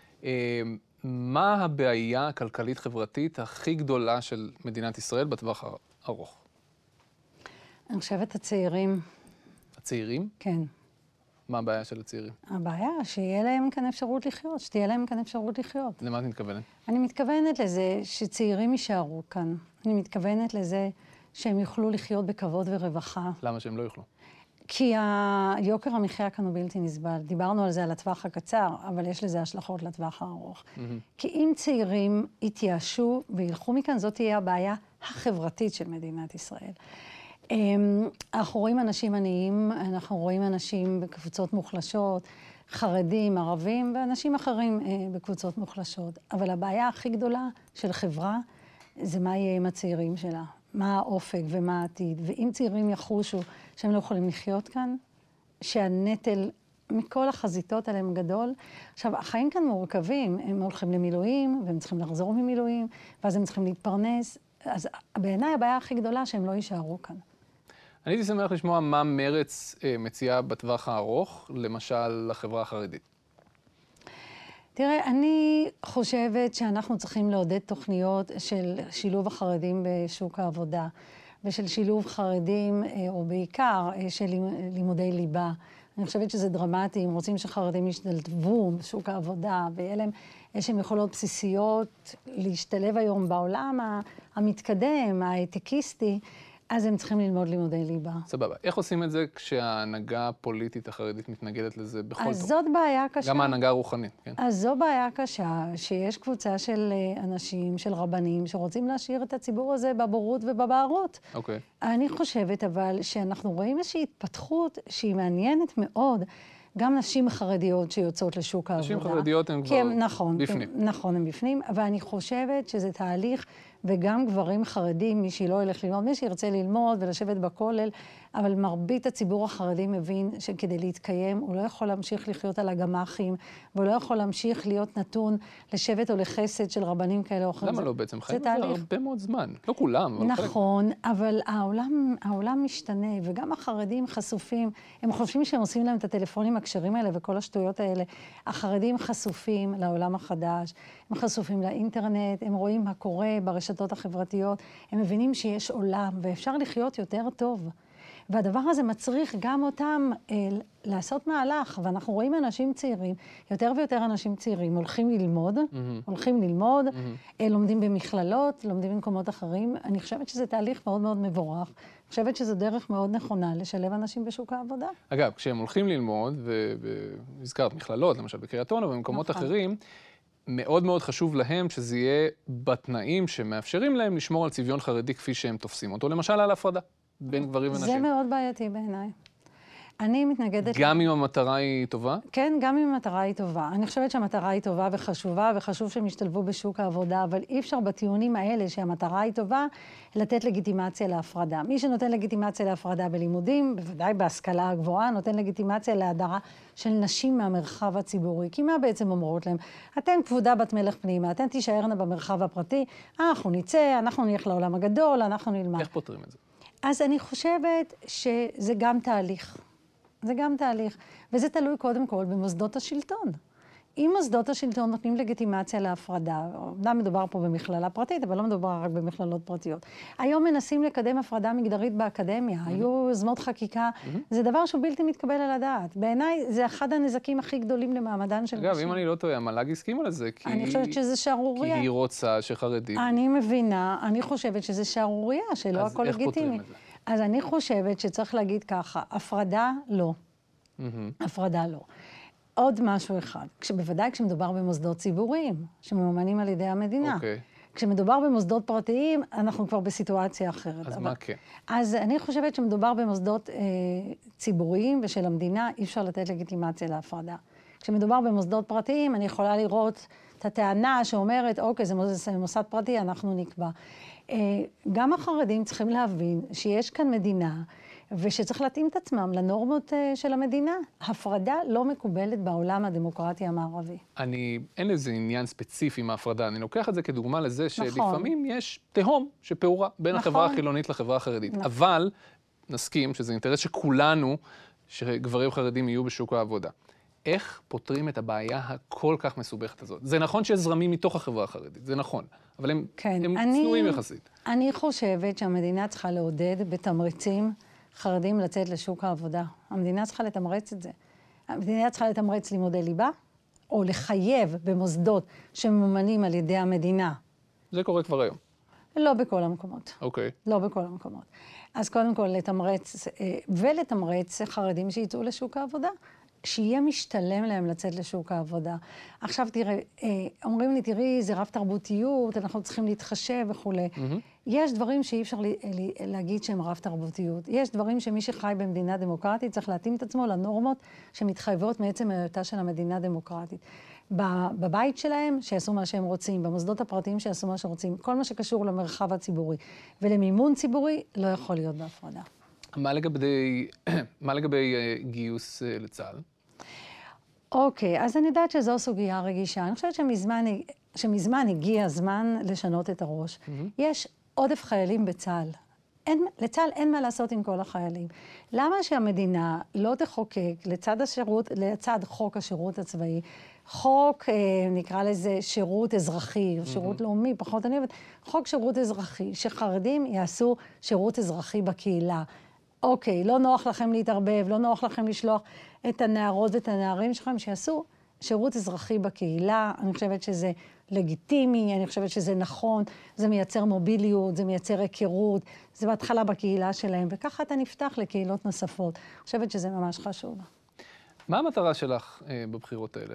מה הבעיה הכלכלית-חברתית הכי גדולה של מדינת ישראל בטווח הארוך? אני חושבת הצעירים. הצעירים? כן. מה הבעיה של הצעירים? הבעיה שיהיה להם כאן אפשרות לחיות, שתהיה להם כאן אפשרות לחיות. למה את מתכוונת? אני מתכוונת לזה שצעירים יישארו כאן. אני מתכוונת לזה שהם יוכלו לחיות בכבוד ורווחה. למה שהם לא יוכלו? כי היוקר המחיה כאן הוא בלתי נסבל. דיברנו על זה על הטווח הקצר, אבל יש לזה השלכות לטווח הארוך. Mm-hmm. כי אם צעירים יתייאשו וילכו מכאן, זאת תהיה הבעיה החברתית של מדינת ישראל. אנחנו רואים אנשים עניים, אנחנו רואים אנשים בקבוצות מוחלשות, חרדים, ערבים, ואנשים אחרים בקבוצות מוחלשות. אבל הבעיה הכי גדולה של חברה זה מה יהיה עם הצעירים שלה, מה האופק ומה העתיד. ואם צעירים יחושו שהם לא יכולים לחיות כאן, שהנטל מכל החזיתות עליהם גדול. עכשיו, החיים כאן מורכבים, הם הולכים למילואים, והם צריכים לחזור ממילואים, ואז הם צריכים להתפרנס. אז בעיניי הבעיה הכי גדולה שהם לא יישארו כאן. אני הייתי שמח לשמוע מה מרץ אה, מציעה בטווח הארוך, למשל לחברה החרדית. תראה, אני חושבת שאנחנו צריכים לעודד תוכניות של שילוב החרדים בשוק העבודה, ושל שילוב חרדים, או בעיקר של לימודי ליבה. אני חושבת שזה דרמטי, אם רוצים שחרדים ישתלבו בשוק העבודה, ויהיה להם איזשהם יכולות בסיסיות להשתלב היום בעולם המתקדם, ההייטקיסטי, אז הם צריכים ללמוד לימודי ליבה. סבבה. איך עושים את זה כשההנהגה הפוליטית החרדית מתנגדת לזה בכל אז תור? זאת בעיה קשה. גם ההנהגה הרוחנית, כן? אז זו בעיה קשה, שיש קבוצה של אנשים, של רבנים, שרוצים להשאיר את הציבור הזה בבורות ובבערות. אוקיי. אני חושבת אבל שאנחנו רואים איזושהי התפתחות שהיא מעניינת מאוד, גם נשים חרדיות שיוצאות לשוק העבודה. נשים חרדיות הן כבר נכון, בפנים. נכון, הן בפנים, אבל אני חושבת שזה תהליך, וגם גברים חרדים, מי שלא ילך ללמוד, מי שירצה ללמוד ולשבת בכולל, אבל מרבית הציבור החרדי מבין שכדי להתקיים, הוא לא יכול להמשיך לחיות על הגמחים, והוא לא יכול להמשיך להיות נתון לשבט או לחסד של רבנים כאלה או אחרים. למה לא בעצם? חיים זה הרבה מאוד זמן. לא כולם, אבל נכון, אבל העולם, העולם משתנה, וגם החרדים חשופים, הם חושבים שהם עושים להם את הטלפונים הכשרים האלה וכל השטויות האלה. החרדים חשופים לעולם החדש, הם חשופים לאינטרנט, הם רואים מה קורה ברשתות החברתיות, הם מבינים שיש עולם ואפשר לחיות יותר טוב. והדבר הזה מצריך גם אותם אה, לעשות מהלך, ואנחנו רואים אנשים צעירים, יותר ויותר אנשים צעירים הולכים ללמוד, mm-hmm. הולכים ללמוד, mm-hmm. אה, לומדים במכללות, לומדים במקומות אחרים. אני חושבת שזה תהליך מאוד מאוד מבורך. אני חושבת שזו דרך מאוד נכונה לשלב אנשים בשוק העבודה. אגב, כשהם הולכים ללמוד, והזכרת מכללות, למשל בקריית אונו ובמקומות נכון. אחרים, מאוד מאוד חשוב להם שזה יהיה בתנאים שמאפשרים להם לשמור על צביון חרדי כפי שהם תופסים אותו, למשל על הפרדה. בין גברים ונשים. זה מאוד בעייתי בעיניי. אני מתנגדת... גם אם המטרה היא טובה? כן, גם אם המטרה היא טובה. אני חושבת שהמטרה היא טובה וחשובה, וחשוב שהם ישתלבו בשוק העבודה, אבל אי אפשר בטיעונים האלה שהמטרה היא טובה, לתת לגיטימציה להפרדה. מי שנותן לגיטימציה להפרדה בלימודים, בוודאי בהשכלה הגבוהה, נותן לגיטימציה להדרה של נשים מהמרחב הציבורי. כי מה בעצם אומרות להם? אתן כבודה בת מלך פנימה, אתן תישארנה במרחב הפרטי, אנחנו נצא, אנחנו נלך לעולם הגדול, אנחנו נלמד. איך פותרים את זה? אז אני חושבת שזה גם תהליך. זה גם תהליך. וזה תלוי קודם כל במוסדות השלטון. אם מוסדות השלטון נותנים לגיטימציה להפרדה, אומנם מדובר פה במכללה פרטית, אבל לא מדובר רק במכללות פרטיות. היום מנסים לקדם הפרדה מגדרית באקדמיה, mm-hmm. היו יוזמות חקיקה, mm-hmm. זה דבר שהוא בלתי מתקבל על הדעת. בעיניי זה אחד הנזקים הכי גדולים למעמדן של נשים. אגב, אם אני לא טועה, המל"ג הסכימה לזה, כי... אני חושבת שזה שערוריה. כי היא רוצה שחרדים... אני מבינה, אני חושבת שזה שערוריה, שלא הכל לגיטימי. אז איך פותרים את זה? אז אני חושבת שצריך להגיד ככה, הפרדה לא. Mm-hmm. הפרדה לא. עוד משהו אחד, בוודאי כשמדובר במוסדות ציבוריים, שממומנים על ידי המדינה. אוקיי. כשמדובר במוסדות פרטיים, אנחנו כבר בסיטואציה אחרת. אז אבל... מה כן? אז אני חושבת שמדובר במוסדות אה, ציבוריים ושל המדינה, אי אפשר לתת לגיטימציה להפרדה. כשמדובר במוסדות פרטיים, אני יכולה לראות את הטענה שאומרת, אוקיי, זה מוסד, מוסד פרטי, אנחנו נקבע. אה, גם החרדים צריכים להבין שיש כאן מדינה, ושצריך להתאים את עצמם לנורמות של המדינה. הפרדה לא מקובלת בעולם הדמוקרטי המערבי. אני, אין איזה עניין ספציפי מההפרדה. אני לוקח את זה כדוגמה לזה נכון. שלפעמים יש תהום שפעורה בין נכון. החברה החילונית לחברה החרדית. נכון. אבל נסכים שזה אינטרס שכולנו, שגברים חרדים יהיו בשוק העבודה. איך פותרים את הבעיה הכל כך מסובכת הזאת? זה נכון שיש זרמים מתוך החברה החרדית, זה נכון, אבל הם, כן, הם אני, צנועים יחסית. אני חושבת שהמדינה צריכה לעודד בתמריצים חרדים לצאת לשוק העבודה. המדינה צריכה לתמרץ את זה. המדינה צריכה לתמרץ לימודי ליבה, או לחייב במוסדות שממומנים על ידי המדינה. זה קורה כבר היום. לא בכל המקומות. אוקיי. לא בכל המקומות. אז קודם כל לתמרץ, ולתמרץ חרדים שיצאו לשוק העבודה. שיהיה משתלם להם לצאת לשוק העבודה. עכשיו תראה, אומרים לי, תראי, זה רב תרבותיות, אנחנו צריכים להתחשב וכו'. Mm-hmm. יש דברים שאי אפשר להגיד שהם רב תרבותיות. יש דברים שמי שחי במדינה דמוקרטית צריך להתאים את עצמו לנורמות שמתחייבות מעצם היותה של המדינה דמוקרטית. בבית שלהם, שיעשו מה שהם רוצים, במוסדות הפרטיים שיעשו מה שרוצים. כל מה שקשור למרחב הציבורי ולמימון ציבורי לא יכול להיות בהפרדה. מה לגבי, מה לגבי גיוס לצה"ל? אוקיי, אז אני יודעת שזו סוגיה רגישה. אני חושבת שמזמן, שמזמן הגיע הזמן לשנות את הראש. Mm-hmm. יש עודף חיילים בצה"ל. אין, לצה"ל אין מה לעשות עם כל החיילים. למה שהמדינה לא תחוקק לצד השירות, לצד חוק השירות הצבאי, חוק, אה, נקרא לזה שירות אזרחי, או שירות mm-hmm. לאומי, פחות אני אוהבת, חוק שירות אזרחי, שחרדים יעשו שירות אזרחי בקהילה. אוקיי, לא נוח לכם להתערבב, לא נוח לכם לשלוח את הנערות ואת הנערים שלכם, שיעשו שירות אזרחי בקהילה. אני חושבת שזה לגיטימי, אני חושבת שזה נכון, זה מייצר מוביליות, זה מייצר היכרות, זה בהתחלה בקהילה שלהם, וככה אתה נפתח לקהילות נוספות. אני חושבת שזה ממש חשוב. מה המטרה שלך אה, בבחירות האלה?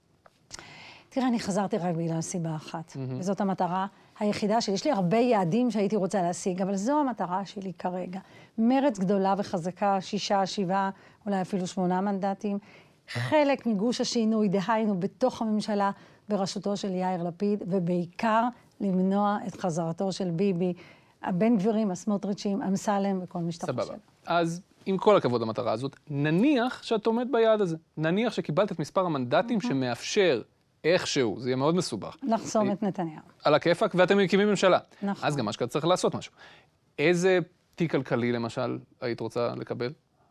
תראה, אני חזרתי רק בגלל סיבה אחת, mm-hmm. וזאת המטרה היחידה שלי. יש לי הרבה יעדים שהייתי רוצה להשיג, אבל זו המטרה שלי כרגע. מרץ גדולה וחזקה, שישה, שבעה, אולי אפילו שמונה מנדטים. חלק מגוש השינוי, דהיינו בתוך הממשלה בראשותו של יאיר לפיד, ובעיקר למנוע את חזרתו של ביבי, הבן גבירים, הסמוטריצ'ים, אמסלם וכל משטרה שלו. סבבה. אז עם כל הכבוד המטרה הזאת, נניח שאת עומד ביעד הזה. נניח שקיבלת את מספר המנדטים mm-hmm. שמאפשר איכשהו, זה יהיה מאוד מסובך. לחסום את נתניהו. על הכיפק, ואתם מקימים ממשלה. נכון. אז גם אשכרה צריך לעשות משהו. איזה תיק כלכלי, למשל, היית רוצה לקבל?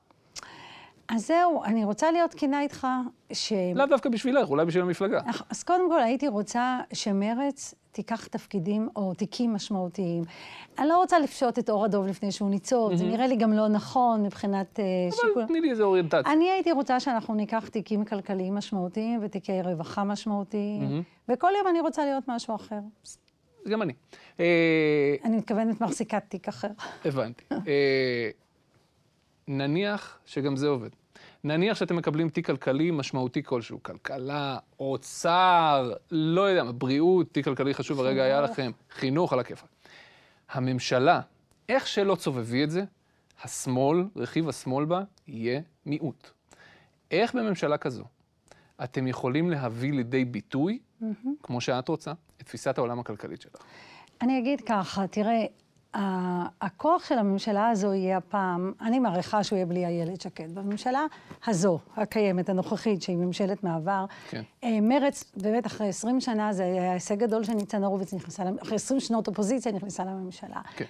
אז זהו, אני רוצה להיות כנה איתך ש... לא דווקא בשבילך, אולי בשביל המפלגה. אז קודם כל הייתי רוצה שמרץ תיקח תפקידים או תיקים משמעותיים. אני לא רוצה לפשוט את אור הדוב לפני שהוא ניצוד, זה נראה לי גם לא נכון מבחינת שיקול. אבל תני לי איזה אוריינטציה. אני הייתי רוצה שאנחנו ניקח תיקים כלכליים משמעותיים ותיקי רווחה משמעותיים, וכל יום אני רוצה להיות משהו אחר. גם אני. אני מתכוונת מחזיקת תיק אחר. הבנתי. נניח שגם זה עובד. נניח שאתם מקבלים תיק כלכלי משמעותי כלשהו, כלכלה, אוצר, לא יודע, בריאות, תיק כלכלי חשוב, הרגע היה לכם, חינוך על הכיפה. הממשלה, איך שלא צובבי את זה, השמאל, רכיב השמאל בה, יהיה מיעוט. איך בממשלה כזו אתם יכולים להביא לידי ביטוי, כמו שאת רוצה, את תפיסת העולם הכלכלית שלך? אני אגיד ככה, תראה, הכוח של הממשלה הזו יהיה הפעם, אני מעריכה שהוא יהיה בלי איילת שקד. בממשלה הזו, הקיימת, הנוכחית, שהיא ממשלת מעבר, כן. מרץ, באמת אחרי עשרים שנה, זה היה הישג גדול שניצן הורוביץ נכנסה, אחרי עשרים שנות אופוזיציה נכנסה לממשלה. כן.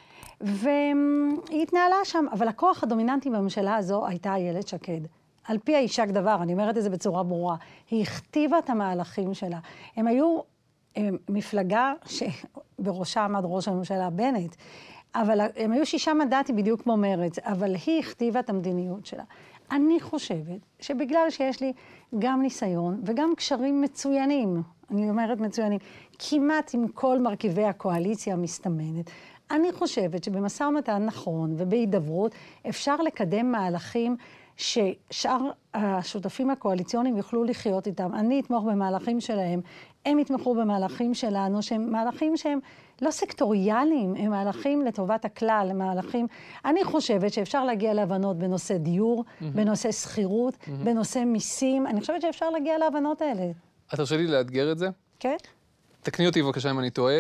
והיא התנהלה שם, אבל הכוח הדומיננטי בממשלה הזו הייתה איילת שקד. על פי האישה כדבר, אני אומרת את זה בצורה ברורה, היא הכתיבה את המהלכים שלה. הם היו הם, מפלגה שבראשה עמד ראש הממשלה בנט, אבל הם היו שישה מנדטים בדיוק כמו מרץ, אבל היא הכתיבה את המדיניות שלה. אני חושבת שבגלל שיש לי גם ניסיון וגם קשרים מצוינים, אני אומרת מצוינים, כמעט עם כל מרכיבי הקואליציה המסתמנת, אני חושבת שבמשא ומתן נכון ובהידברות אפשר לקדם מהלכים ששאר השותפים הקואליציוניים יוכלו לחיות איתם. אני אתמוך במהלכים שלהם, הם יתמכו במהלכים שלנו, שהם מהלכים שהם לא סקטוריאליים, הם מהלכים לטובת הכלל, הם מהלכים... אני חושבת שאפשר להגיע להבנות בנושא דיור, mm-hmm. בנושא שכירות, mm-hmm. בנושא מיסים, אני חושבת שאפשר להגיע להבנות האלה. את תרשה לי לאתגר את זה? כן. תקני אותי בבקשה אם אני טועה.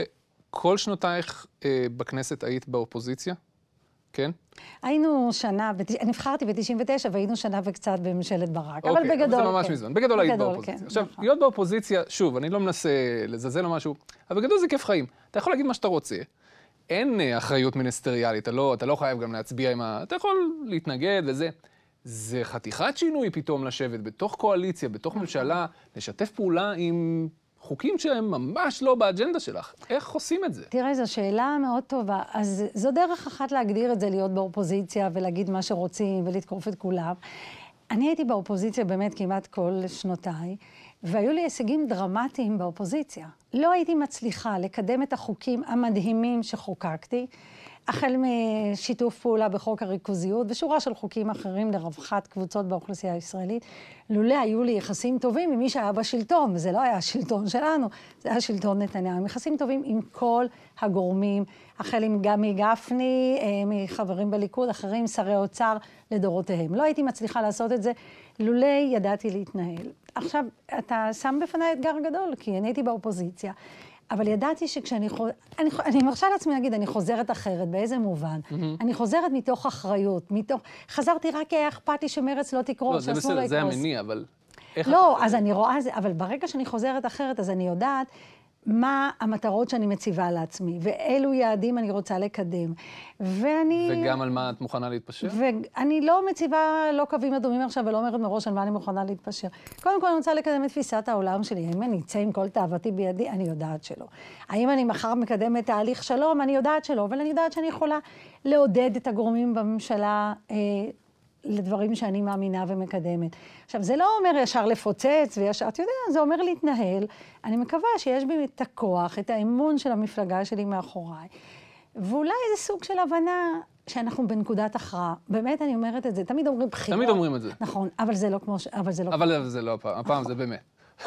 כל שנותייך אה, בכנסת היית באופוזיציה? כן? היינו שנה, נבחרתי ב-תשעים ותשע, והיינו שנה וקצת בממשלת ברק. אוקיי, אבל בגדול, אבל זה ממש כן. מזמן. בגדול היית בגדול, באופוזיציה. כן, עכשיו, נכון. להיות באופוזיציה, שוב, אני לא מנסה לזלזל או משהו, אבל בגדול זה כיף חיים. אתה יכול להגיד מה שאתה רוצה. אין אחריות מיניסטריאלית, אתה לא, אתה לא חייב גם להצביע עם ה... אתה יכול להתנגד וזה. זה חתיכת שינוי פתאום לשבת בתוך קואליציה, בתוך ממשלה, לשתף פעולה עם חוקים שהם ממש לא באג'נדה שלך. איך עושים את זה? תראה, זו שאלה מאוד טובה. אז זו דרך אחת להגדיר את זה, להיות באופוזיציה ולהגיד מה שרוצים ולתקוף את כולם. אני הייתי באופוזיציה באמת כמעט כל שנותיי, והיו לי הישגים דרמטיים באופוזיציה. לא הייתי מצליחה לקדם את החוקים המדהימים שחוקקתי, החל משיתוף פעולה בחוק הריכוזיות ושורה של חוקים אחרים לרווחת קבוצות באוכלוסייה הישראלית, לולא היו לי יחסים טובים עם מי שהיה בשלטון, וזה לא היה השלטון שלנו, זה היה שלטון נתניהו. יחסים טובים עם כל הגורמים, החל גם מגפני, מחברים בליכוד, אחרים, שרי אוצר לדורותיהם. לא הייתי מצליחה לעשות את זה, לולא ידעתי להתנהל. עכשיו, אתה שם בפני אתגר גדול, כי אני הייתי באופוזיציה, אבל ידעתי שכשאני חוזרת, אני, אני מרשה לעצמי להגיד, אני חוזרת אחרת, באיזה מובן? Mm-hmm. אני חוזרת מתוך אחריות, מתוך... חזרתי רק כי היה אכפת לי שמרץ לא תקרוס, לא, זה בסדר, זה המניע, אבל... לא, אז אני רואה, אבל ברגע שאני חוזרת אחרת, אז אני יודעת מה המטרות שאני מציבה לעצמי, ואילו יעדים אני רוצה לקדם. ואני... וגם על מה את מוכנה להתפשר? ואני לא מציבה, לא קווים אדומים עכשיו, ולא אומרת מראש על מה אני מוכנה להתפשר. קודם כל אני רוצה לקדם את תפיסת העולם שלי. האם אני אצא עם כל תאוותי בידי? אני יודעת שלא. האם אני מחר מקדמת תהליך שלום? אני יודעת שלא, אבל אני יודעת שאני יכולה לעודד את הגורמים בממשלה, אה, לדברים שאני מאמינה ומקדמת. עכשיו, זה לא אומר ישר לפוצץ וישר, אתה יודע, זה אומר להתנהל. אני מקווה שיש בי את הכוח, את האמון של המפלגה שלי מאחוריי. ואולי זה סוג של הבנה שאנחנו בנקודת הכרעה. באמת, אני אומרת את זה. תמיד אומרים בחירות. תמיד אומרים את זה. נכון, אבל זה לא כמו ש... אבל זה לא... אבל זה לא הפעם. הפעם זה באמת.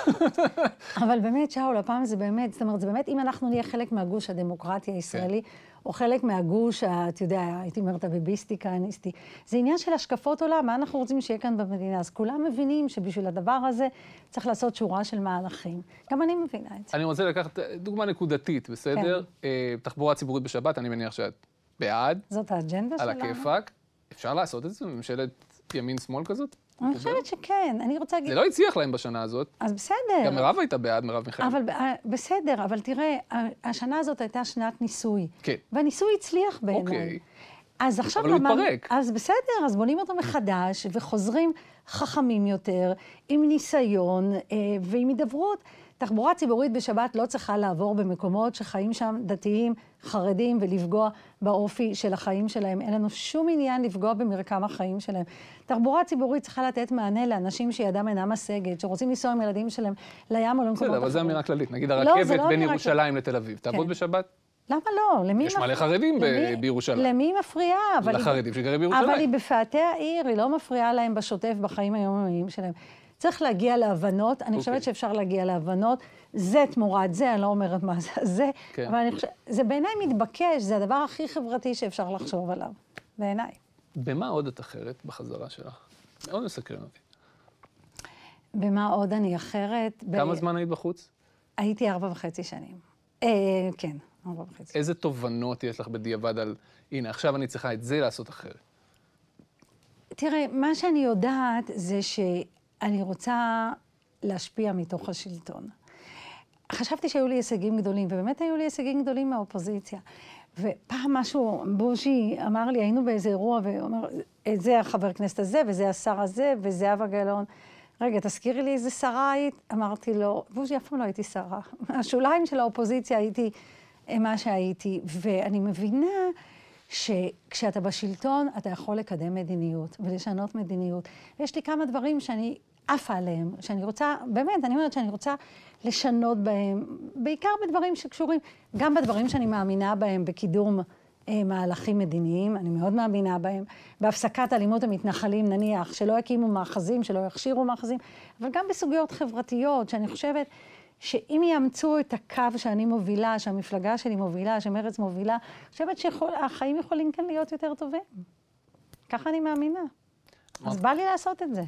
אבל באמת, שאול, הפעם זה באמת, זאת אומרת, זה באמת, אם אנחנו נהיה חלק מהגוש הדמוקרטי הישראלי, או חלק מהגוש, אתה יודע, הייתי אומרת, הביביסטי, כהניסטי, זה עניין של השקפות עולם, מה אנחנו רוצים שיהיה כאן במדינה. אז כולם מבינים שבשביל הדבר הזה צריך לעשות שורה של מהלכים. גם אני מבינה את זה. אני רוצה לקחת דוגמה נקודתית, בסדר? תחבורה ציבורית בשבת, אני מניח שאת בעד. זאת האג'נדה שלנו. על הכיפק. אפשר לעשות את זה בממשלת ימין-שמאל כזאת? אני חושבת שכן, אני רוצה להגיד... זה לא הצליח להם בשנה הזאת. אז בסדר. גם מירב הייתה בעד, מירב מיכאלי. אבל בסדר, אבל תראה, השנה הזאת הייתה שנת ניסוי. כן. והניסוי הצליח בעיניי. אוקיי. אז עכשיו... אבל הוא התפרק. אז בסדר, אז בונים אותו מחדש, וחוזרים חכמים יותר, עם ניסיון ועם הידברות. תחבורה ציבורית בשבת לא צריכה לעבור במקומות שחיים שם דתיים, חרדים, ולפגוע באופי של החיים שלהם. אין לנו שום עניין לפגוע במרקם החיים שלהם. תחבורה ציבורית צריכה לתת מענה לאנשים שידם אינה משגת, שרוצים לנסוע עם ילדים שלהם לים או למקומות אחרים. בסדר, אבל זו אמירה כללית. נגיד הרכבת בין ירושלים לתל אביב. תעבוד בשבת? למה לא? יש מלא חרדים בירושלים. למי מפריעה? לחרדים שגרים בירושלים. אבל היא בפאתי העיר, היא לא מפריעה להם בשוטף בחיים היומיומיים שלהם. צריך להגיע להבנות, אני חושבת שאפשר להגיע להבנות, זה תמורת זה, אני לא אומרת מה זה, זה, אבל אני חושבת, זה בעיניי מתבקש, זה הדבר הכי חברתי שאפשר לחשוב עליו, בעיניי. במה עוד את אחרת בחזרה שלך? מאוד מסקרן אותי. במה עוד אני אחרת? כמה זמן היית בחוץ? הייתי ארבע וחצי שנים. כן, ארבע וחצי. איזה תובנות יש לך בדיעבד על, הנה, עכשיו אני צריכה את זה לעשות אחרת? תראה, מה שאני יודעת זה ש... אני רוצה להשפיע מתוך השלטון. חשבתי שהיו לי הישגים גדולים, ובאמת היו לי הישגים גדולים מהאופוזיציה. ופעם משהו, בוז'י אמר לי, היינו באיזה אירוע, והוא אמר, זה החבר כנסת הזה, וזה השר הזה, וזה אבא גלאון. רגע, תזכירי לי איזה שרה היית? אמרתי לו, בוז'י, אף פעם לא הייתי שרה. השוליים של האופוזיציה הייתי מה שהייתי, ואני מבינה שכשאתה בשלטון, אתה יכול לקדם מדיניות ולשנות מדיניות. ויש לי כמה דברים שאני עפה עליהם, שאני רוצה, באמת, אני אומרת שאני רוצה לשנות בהם, בעיקר בדברים שקשורים, גם בדברים שאני מאמינה בהם, בקידום אה, מהלכים מדיניים, אני מאוד מאמינה בהם, בהפסקת אלימות המתנחלים, נניח, שלא יקימו מאחזים, שלא יכשירו מאחזים, אבל גם בסוגיות חברתיות, שאני חושבת שאם יאמצו את הקו שאני מובילה, שהמפלגה שלי מובילה, שמרץ מובילה, אני חושבת שהחיים יכולים כאן להיות יותר טובים. ככה אני מאמינה. אז בא לי לעשות את זה.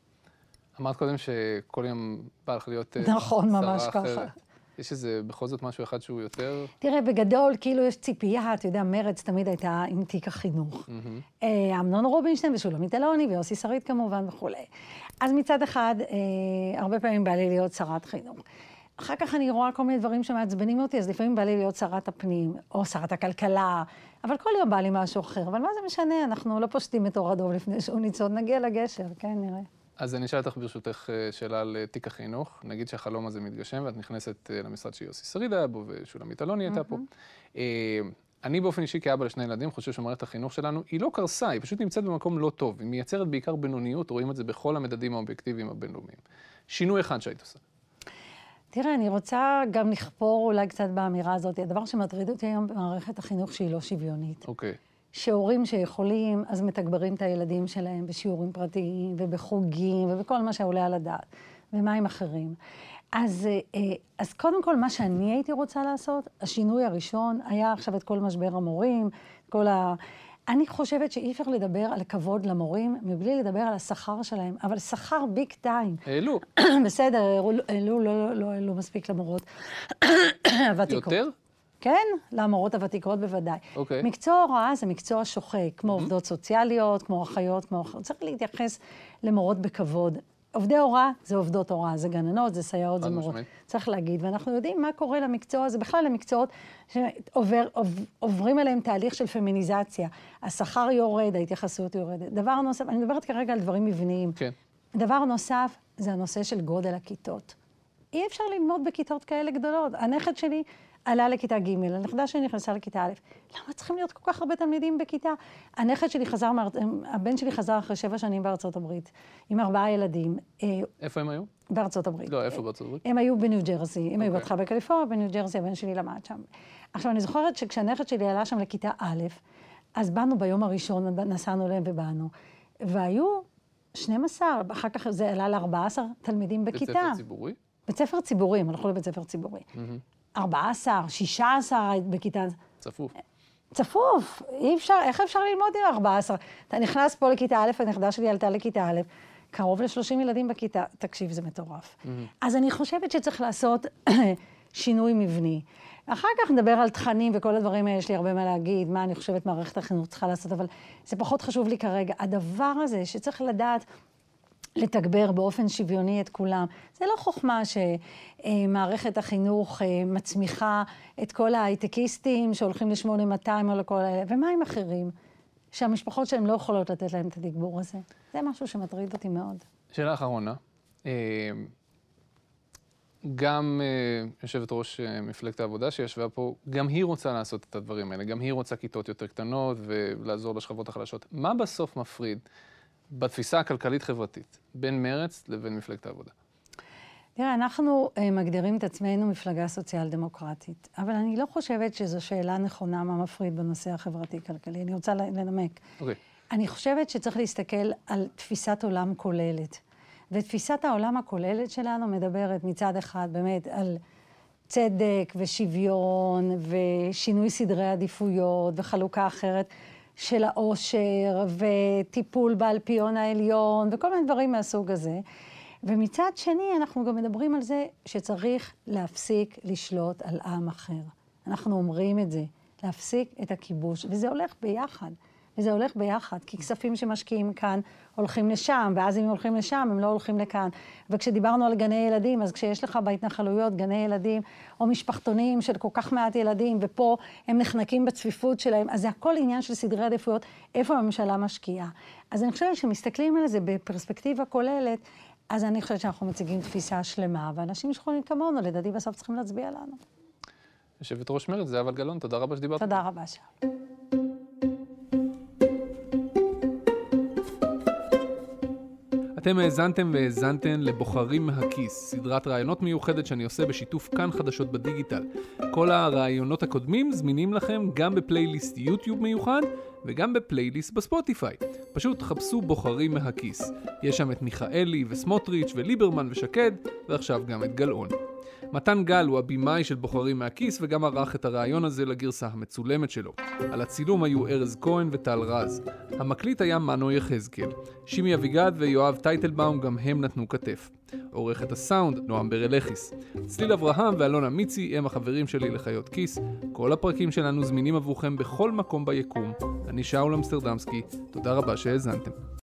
אמרת קודם שכל יום בא לך להיות נכון, ממש ככה. יש איזה בכל זאת משהו אחד שהוא יותר... תראה, בגדול, כאילו יש ציפייה, אתה יודע, מרץ תמיד הייתה עם תיק החינוך. אמנון רובינשטיין ושולמית אלוני ויוסי שריד כמובן וכולי. אז מצד אחד, הרבה פעמים בא לי להיות שרת חינוך. אחר כך אני רואה כל מיני דברים שמעצבנים אותי, אז לפעמים בא לי להיות שרת הפנים, או שרת הכלכלה, אבל כל יום בא לי משהו אחר. אבל מה זה משנה? אנחנו לא פושטים את אור הדוב לפני שהוא ניצוד, נגיע לגשר, כן, נראה. אז אני אשאל אותך ברשותך שאלה על תיק החינוך. נגיד שהחלום הזה מתגשם, ואת נכנסת למשרד שיוסי שריד היה בו, ושולמית אלוני הייתה פה. אני באופן אישי כאבא לשני ילדים חושב שמערכת החינוך שלנו היא לא קרסה, היא פשוט נמצאת במקום לא טוב. היא מייצרת בעיקר בינוניות, רואים את זה בכל המדדים האובייקטיביים הבינלאומיים. שינוי אחד שהיית עושה. תראה, אני רוצה גם לכפור אולי קצת באמירה הזאת. הדבר שמטריד אותי היום במערכת החינוך שהיא לא שוויונית. אוקיי. שהורים שיכולים, אז מתגברים את הילדים שלהם בשיעורים פרטיים ובחוגים ובכל מה שעולה על הדעת. ומה עם אחרים? אז, אז קודם כל, מה שאני הייתי רוצה לעשות, השינוי הראשון היה עכשיו את כל משבר המורים, כל ה... אני חושבת שאי אפשר לדבר על כבוד למורים, מבלי לדבר על השכר שלהם, אבל שכר ביג טיים. העלו. בסדר, העלו, לא, לא, לא מספיק למורות הוותיקות. יותר? כן, למורות הוותיקות בוודאי. אוקיי. מקצוע הוראה זה מקצוע שוחק, כמו עובדות סוציאליות, כמו אחיות, כמו... צריך להתייחס למורות בכבוד. עובדי הוראה זה עובדות הוראה, זה גננות, זה סייעות, זה מורות. צריך להגיד, ואנחנו יודעים מה קורה למקצוע, זה בכלל למקצועות שעוברים אליהם תהליך של פמיניזציה. השכר יורד, ההתייחסות יורדת. דבר נוסף, אני מדברת כרגע על דברים מבניים. כן. דבר נוסף, זה הנושא של גודל הכיתות. אי אפשר ללמוד בכיתות כאלה גדולות. הנכד שלי עלה לכיתה ג', הנכדה שלי נכנסה לכיתה א'. למה צריכים להיות כל כך הרבה תלמידים בכיתה? הנכד שלי חזר, הבן שלי חזר אחרי שבע שנים בארצות הברית, עם ארבעה ילדים. איפה הם היו? בארצות הברית. לא, איפה בארצות הברית? הם היו בניו ג'רזי, הם היו בהתחלה בקליפורניה, בניו ג'רזי, הבן שלי למד שם. עכשיו, אני זוכרת שכשהנכד שלי עלה שם לכיתה א', אז באנו ביום הראשון, נסענו להם ובאנו, והיו שנים עשר, אחר כך זה עלה ל-ארבעה עשר תלמידים בכיתה. בית ספר ציבורי? בית ספר ציבורי, הם הלכו לבית ספר ציבורי. ארבעה עשר, שישה עשר בכיתה. צפוף. צפוף, אי אפשר, איך אפשר ללמוד עם ארבעה עשר? אתה נכנס פה לכיתה א', הנכדה שלי עלתה לכיתה א', קרוב ל-שלושים ילדים בכיתה, תקשיב, זה מטורף. אז אני חושבת שצריך לעשות שינוי מבני. אחר כך נדבר על תכנים וכל הדברים האלה, יש לי הרבה מה להגיד, מה אני חושבת מערכת החינוך צריכה לעשות, אבל זה פחות חשוב לי כרגע. הדבר הזה שצריך לדעת לתגבר באופן שוויוני את כולם, זה לא חוכמה שמערכת החינוך מצמיחה את כל ההייטקיסטים שהולכים ל-שמונה מאתיים או לכל האלה, ומה עם אחרים? שהמשפחות שלהם לא יכולות לתת להם את התגבור הזה. זה משהו שמטריד אותי מאוד. שאלה אחרונה. גם יושבת ראש מפלגת העבודה שישבה פה, גם היא רוצה לעשות את הדברים האלה, גם היא רוצה כיתות יותר קטנות ולעזור לשכבות החלשות. מה בסוף מפריד בתפיסה הכלכלית-חברתית בין מרץ לבין מפלגת העבודה? תראה, אנחנו מגדירים את עצמנו מפלגה סוציאל-דמוקרטית, אבל אני לא חושבת שזו שאלה נכונה מה מפריד בנושא החברתי-כלכלי. אני רוצה לנמק. אוקיי. אני חושבת שצריך להסתכל על תפיסת עולם כוללת. ותפיסת העולם הכוללת שלנו מדברת מצד אחד באמת על צדק ושוויון ושינוי סדרי עדיפויות וחלוקה אחרת של העושר וטיפול באלפיון העליון וכל מיני דברים מהסוג הזה. ומצד שני אנחנו גם מדברים על זה שצריך להפסיק לשלוט על עם אחר. אנחנו אומרים את זה, להפסיק את הכיבוש, וזה הולך ביחד. וזה הולך ביחד, כי כספים שמשקיעים כאן הולכים לשם, ואז אם הולכים לשם, הם לא הולכים לכאן. וכשדיברנו על גני ילדים, אז כשיש לך בהתנחלויות גני ילדים, או משפחתונים של כל כך מעט ילדים, ופה הם נחנקים בצפיפות שלהם, אז זה הכל עניין של סדרי עדיפויות, איפה הממשלה משקיעה. אז אני חושבת שמסתכלים על זה בפרספקטיבה כוללת, אז אני חושבת שאנחנו מציגים תפיסה שלמה, ואנשים שחולים כמונו, לדעתי בסוף צריכים להצביע לנו. יושבת ראש מרצ, זהבה גלאון, תודה רבה שדיברת. תודה רבה, שאול. אתם האזנתם והאזנתן לבוחרים מהכיס, סדרת רעיונות מיוחדת שאני עושה בשיתוף כאן חדשות בדיגיטל. כל הרעיונות הקודמים זמינים לכם גם בפלייליסט יוטיוב מיוחד וגם בפלייליסט בספוטיפיי. פשוט חפשו בוחרים מהכיס. יש שם את מיכאלי וסמוטריץ' וליברמן ושקד, ועכשיו גם את גלאון. מתן גל הוא הבימאי של בוחרים מהכיס וגם ערך את הרעיון הזה לגרסה המצולמת שלו. על הצילום היו ארז כהן וטל רז. המקליט היה מנו יחזקאל. שימי אביגד ויואב טייטלבאום גם הם נתנו כתף. עורכת הסאונד נועם ברלכיס. צליל אברהם ואלונה מיצי הם החברים שלי לחיות כיס. כל הפרקים שלנו זמינים עבורכם בכל מקום ביקום. אני שאול אמסטרדמסקי. תודה רבה שהאזנתם.